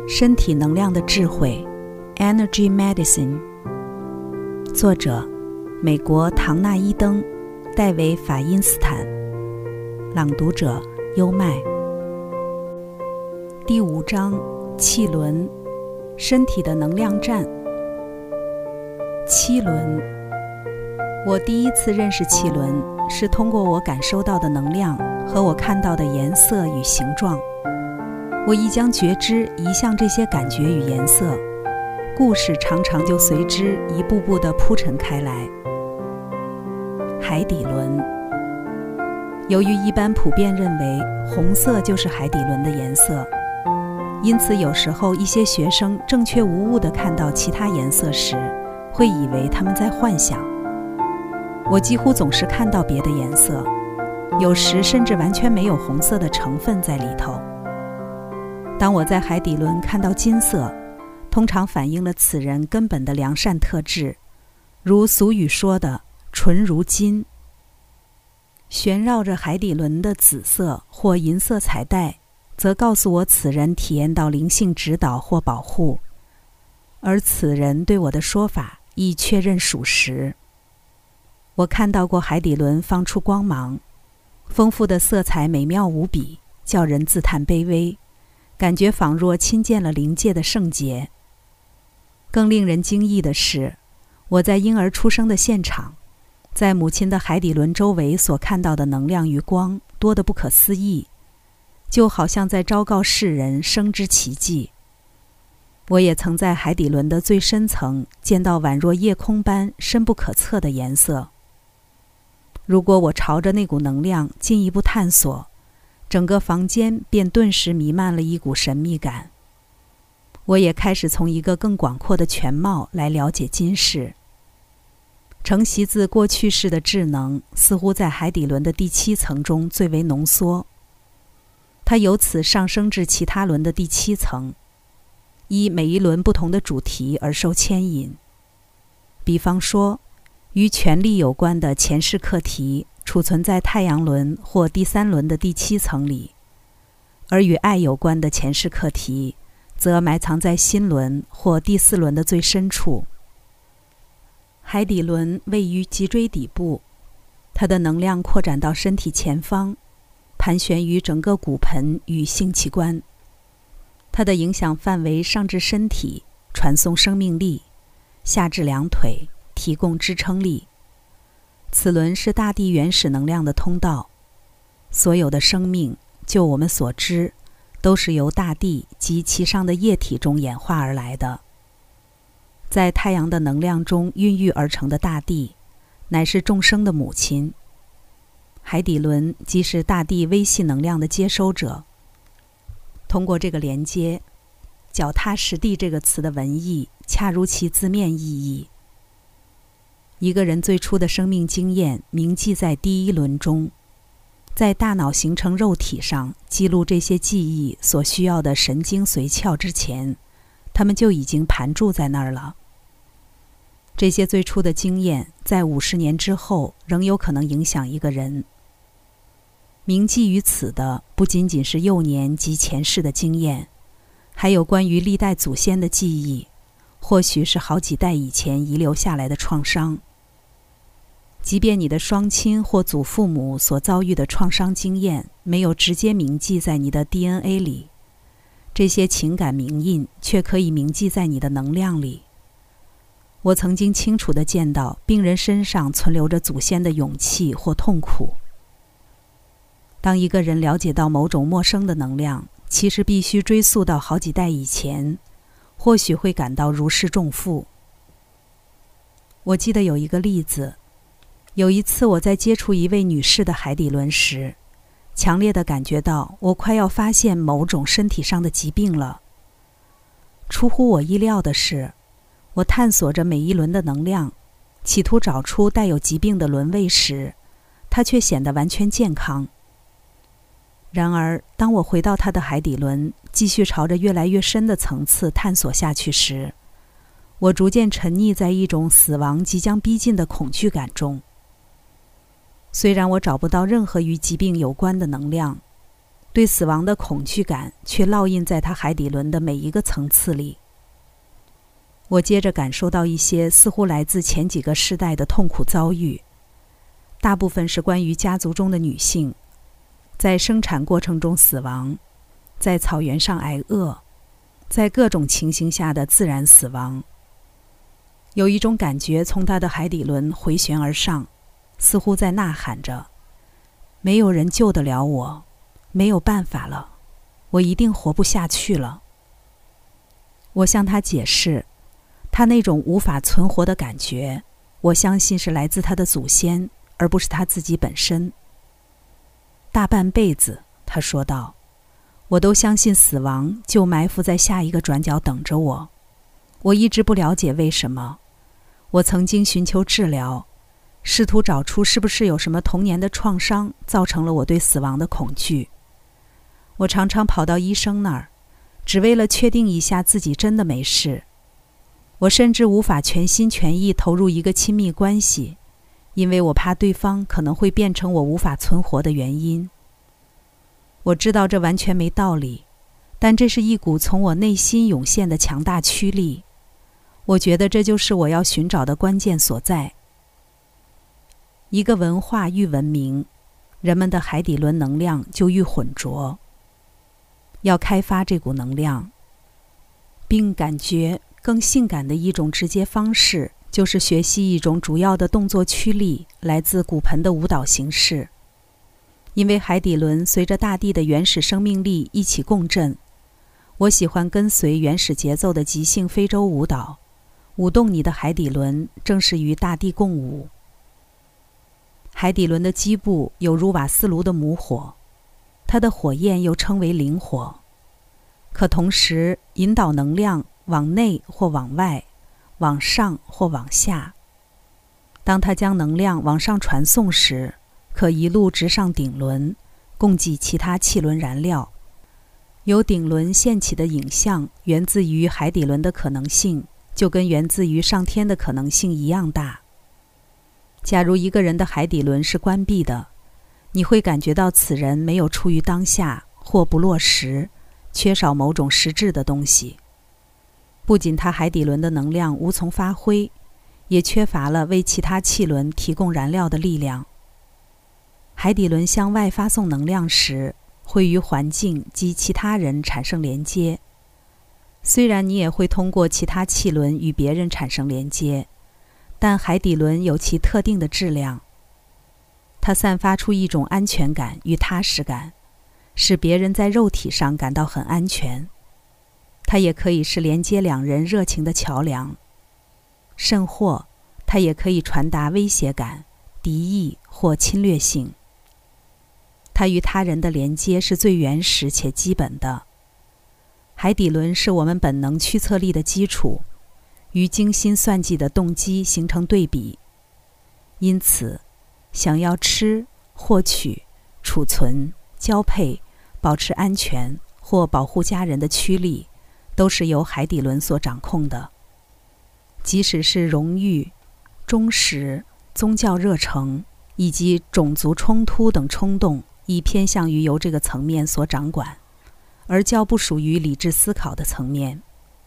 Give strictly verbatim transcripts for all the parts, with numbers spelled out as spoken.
身体能量的智慧 Energy Medicine， 作者美国唐纳伊登、戴维法因斯坦，朗读者优麦。第五章，气轮，身体的能量站。七轮，我第一次认识气轮是通过我感受到的能量和我看到的颜色与形状。我一将觉知移向这些感觉与颜色，故事常常就随之一步步地铺陈开来。海底轮，由于一般普遍认为红色就是海底轮的颜色，因此有时候一些学生正确无误地看到其他颜色时，会以为他们在幻想。我几乎总是看到别的颜色，有时甚至完全没有红色的成分在里头。当我在海底轮看到金色，通常反映了此人根本的良善特质，如俗语说的纯如金。旋绕着海底轮的紫色或银色彩带，则告诉我此人体验到灵性指导或保护，而此人对我的说法亦确认属实。我看到过海底轮放出光芒，丰富的色彩美妙无比，叫人自叹卑微，感觉仿若亲见了灵界的圣洁。更令人惊异的是，我在婴儿出生的现场，在母亲的海底轮周围所看到的能量与光多得不可思议，就好像在昭告世人生之奇迹。我也曾在海底轮的最深层见到宛若夜空般深不可测的颜色。如果我朝着那股能量进一步探索，整个房间便顿时弥漫了一股神秘感。我也开始从一个更广阔的全貌来了解今世。承袭自过去世的智能似乎在海底轮的第七层中最为浓缩，它由此上升至其他轮的第七层，依每一轮不同的主题而受牵引。比方说，与权力有关的前世课题储存在太阳轮或第三轮的第七层里，而与爱有关的前世课题则埋藏在心轮或第四轮的最深处。海底轮位于脊椎底部，它的能量扩展到身体前方，盘旋于整个骨盆与性器官。它的影响范围上至身体，传送生命力；下至两腿，提供支撑力。此轮是大地原始能量的通道，所有的生命，就我们所知，都是由大地及其上的液体中演化而来的。在太阳的能量中孕育而成的大地，乃是众生的母亲。海底轮即是大地微细能量的接收者。通过这个连接，脚踏实地这个词的文意恰如其字面意义。一个人最初的生命经验铭记在第一轮中，在大脑形成肉体上记录这些记忆所需要的神经髓鞘之前，他们就已经盘踞在那儿了。这些最初的经验在五十年之后仍有可能影响一个人。铭记于此的不仅仅是幼年及前世的经验，还有关于历代祖先的记忆，或许是好几代以前遗留下来的创伤。即便你的双亲或祖父母所遭遇的创伤经验没有直接铭记在你的 D N A 里，这些情感铭印却可以铭记在你的能量里。我曾经清楚地见到病人身上存留着祖先的勇气或痛苦。当一个人了解到某种陌生的能量其实必须追溯到好几代以前，或许会感到如释重负。我记得有一个例子，有一次我在接触一位女士的海底轮时，强烈地感觉到我快要发现某种身体上的疾病了。出乎我意料的是，我探索着每一轮的能量，企图找出带有疾病的轮位时，它却显得完全健康。然而，当我回到它的海底轮，继续朝着越来越深的层次探索下去时，我逐渐沉溺在一种死亡即将逼近的恐惧感中。虽然我找不到任何与疾病有关的能量， 对死亡的恐惧感却烙印在他海底轮的每一个层次里。我接着感受到一些似乎来自前几个世代的痛苦遭遇，大部分是关于家族中的女性在生产过程中死亡，在草原上挨饿，在各种情形下的自然死亡。有一种感觉从他的海底轮回旋而上，似乎在呐喊着：没有人救得了我，没有办法了，我一定活不下去了。我向他解释，他那种无法存活的感觉，我相信是来自他的祖先，而不是他自己本身。大半辈子，他说道，我都相信死亡就埋伏在下一个转角等着我。我一直不了解为什么。我曾经寻求治疗，试图找出是不是有什么童年的创伤造成了我对死亡的恐惧。我常常跑到医生那儿，只为了确定一下自己真的没事。我甚至无法全心全意投入一个亲密关系，因为我怕对方可能会变成我无法存活的原因。我知道这完全没道理，但这是一股从我内心涌现的强大驱力。我觉得这就是我要寻找的关键所在。一个文化愈文明，人们的海底轮能量就愈浑浊。要开发这股能量，并感觉更性感的一种直接方式，就是学习一种主要的动作驱力，来自骨盆的舞蹈形式。因为海底轮随着大地的原始生命力一起共振，我喜欢跟随原始节奏的即兴非洲舞蹈。舞动你的海底轮，正是与大地共舞。海底轮的基部有如瓦斯炉的母火，它的火焰又称为灵火，可同时引导能量往内或往外，往上或往下。当它将能量往上传送时，可一路直上顶轮，供给其他气轮燃料。由顶轮现起的影像源自于海底轮的可能性，就跟源自于上天的可能性一样大。假如一个人的海底轮是关闭的，你会感觉到此人没有处于当下，或不落实，缺少某种实质的东西。不仅他海底轮的能量无从发挥，也缺乏了为其他气轮提供燃料的力量。海底轮向外发送能量时，会与环境及其他人产生连接。虽然你也会通过其他气轮与别人产生连接，但海底轮有其特定的质量。它散发出一种安全感与踏实感，使别人在肉体上感到很安全。它也可以是连接两人热情的桥梁，甚或它也可以传达威胁感、敌意或侵略性。它与他人的连接是最原始且基本的。海底轮是我们本能驱策力的基础，与精心算计的动机形成对比。因此，想要吃、获取、储存、交配、保持安全或保护家人的驱力，都是由海底轮所掌控的。即使是荣誉、忠实、宗教热诚以及种族冲突等冲动，亦偏向于由这个层面所掌管，而较不属于理智思考的层面。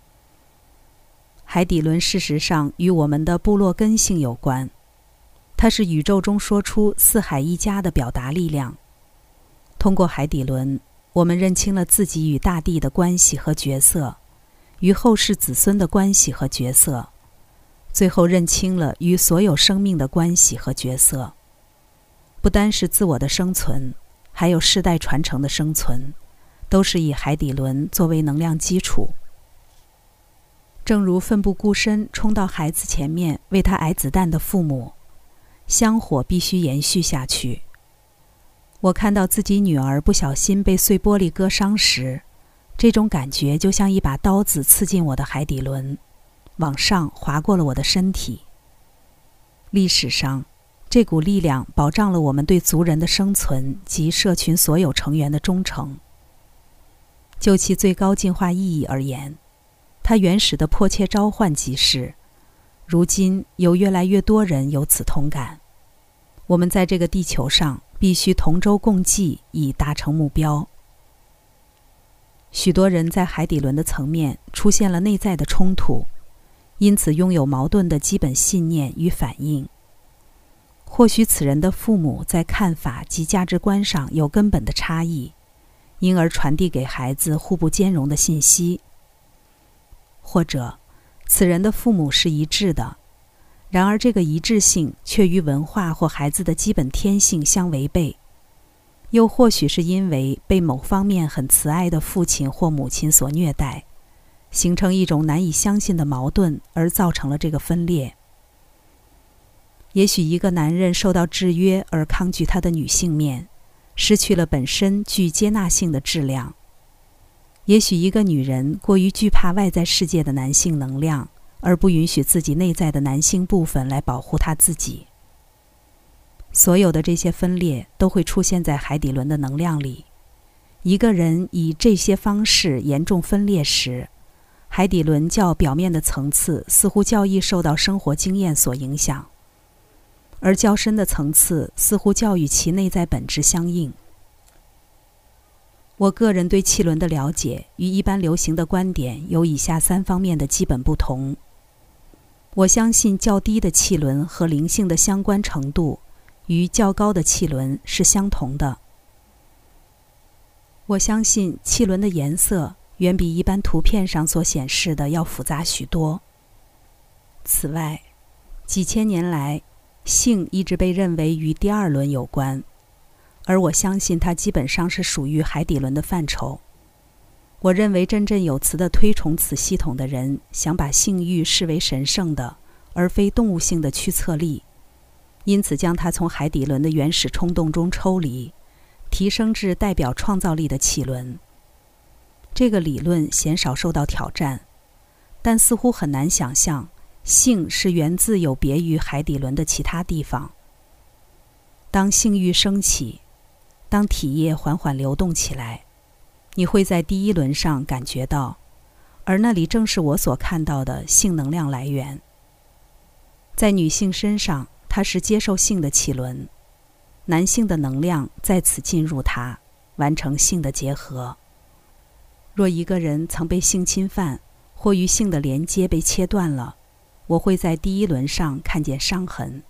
海底轮事实上与我们的部落根性有关，它是宇宙中说出四海一家的表达力量。通过海底轮，我们认清了自己与大地的关系和角色，与后世子孙的关系和角色，最后认清了与所有生命的关系和角色。不单是自我的生存，还有世代传承的生存，都是以海底轮作为能量基础。正如奋不顾身冲到孩子前面为他挨子弹的父母，香火必须延续下去。我看到自己女儿不小心被碎玻璃割伤时，这种感觉就像一把刀子刺进我的海底轮，往上划过了我的身体。历史上，这股力量保障了我们对族人的生存及社群所有成员的忠诚。就其最高进化意义而言，它原始的迫切召唤即是，如今有越来越多人有此同感。我们在这个地球上必须同舟共济以达成目标。 许多人在海底轮的层面出现了内在的冲突，因此拥有矛盾的基本信念与反应。或许此人的父母在看法及价值观上有根本的差异，因而传递给孩子互不兼容的信息。或者此人的父母是一致的，然而这个一致性却与文化或孩子的基本天性相违背。又或许是因为被某方面很慈爱的父亲或母亲所虐待，形成一种难以相信的矛盾，而造成了这个分裂。也许一个男人受到制约而抗拒他的女性面，失去了本身具接纳性的质量。也许一个女人过于惧怕外在世界的男性能量，而不允许自己内在的男性部分来保护她自己。所有的这些分裂都会出现在海底轮的能量里。一个人以这些方式严重分裂时，海底轮较表面的层次似乎较易受到生活经验所影响，而较深的层次似乎较与其内在本质相应。我个人对气轮的了解与一般流行的观点有以下三方面的基本不同。我相信较低的气轮和灵性的相关程度与较高的气轮是相同的。我相信气轮的颜色远比一般图片上所显示的要复杂许多。此外，几千年来，性一直被认为与第二轮有关，而我相信它基本上是属于海底轮的范畴。我认为真正有词的推崇此系统的人，想把性欲视为神圣的，而非动物性的驱策力，因此将它从海底轮的原始冲动中抽离，提升至代表创造力的气轮。这个理论鲜少受到挑战，但似乎很难想象性是源自有别于海底轮的其他地方。当性欲升起，当体液缓缓流动起来，你会在第一轮上感觉到，而那里正是我所看到的性能量来源。在女性身上，它是接受性的气轮，男性的能量在此进入它，完成性的结合。若一个人曾被性侵犯，或与性的连接被切断了，我会在第一轮上看见伤痕。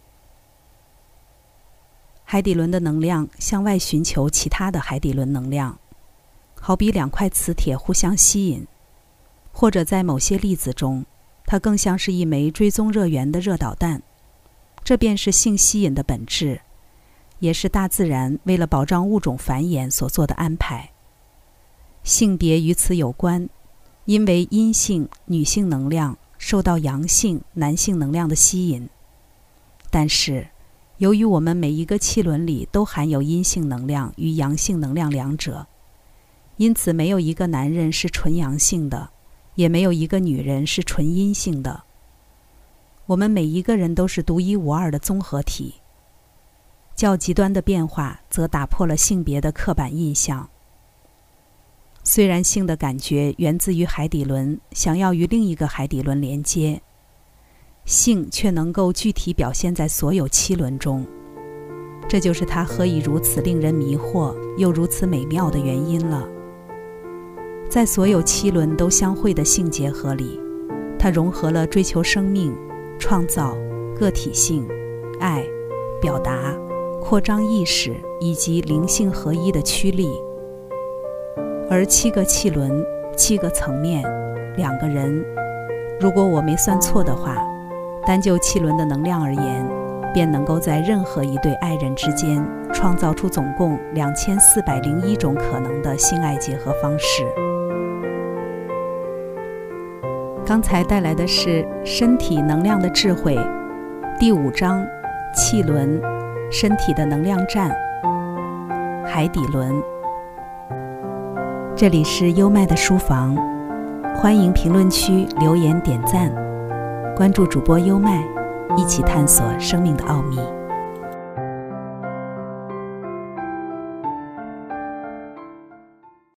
海底轮的能量向外寻求其他的海底轮能量，好比两块磁铁互相吸引，或者在某些粒子中，它更像是一枚追踪热源的热导弹。这便是性吸引的本质，也是大自然为了保障物种繁衍所做的安排。性别与此有关，因为阴性、女性能量受到阳性、男性能量的吸引。但是，由于我们每一个气轮里都含有阴性能量与阳性能量两者，因此没有一个男人是纯阳性的，也没有一个女人是纯阴性的。我们每一个人都是独一无二的综合体。较极端的变化则打破了性别的刻板印象。虽然性的感觉源自于海底轮，想要与另一个海底轮连接，性却能够具体表现在所有七轮中。这就是它何以如此令人迷惑，又如此美妙的原因了。在所有七轮都相会的性结合里，它融合了追求生命、创造、个体性、爱、表达、扩张意识以及灵性合一的驱力。而七个气轮、七个层面、两个人，如果我没算错的话，单就气轮的能量而言，便能够在任何一对爱人之间创造出总共两千四百零一种可能的性爱结合方式。刚才带来的是身体能量的智慧第五章，气轮，身体的能量站，海底轮。这里是优麦的书房，欢迎评论区留言点赞，关注主播优麦，一起探索生命的奥秘。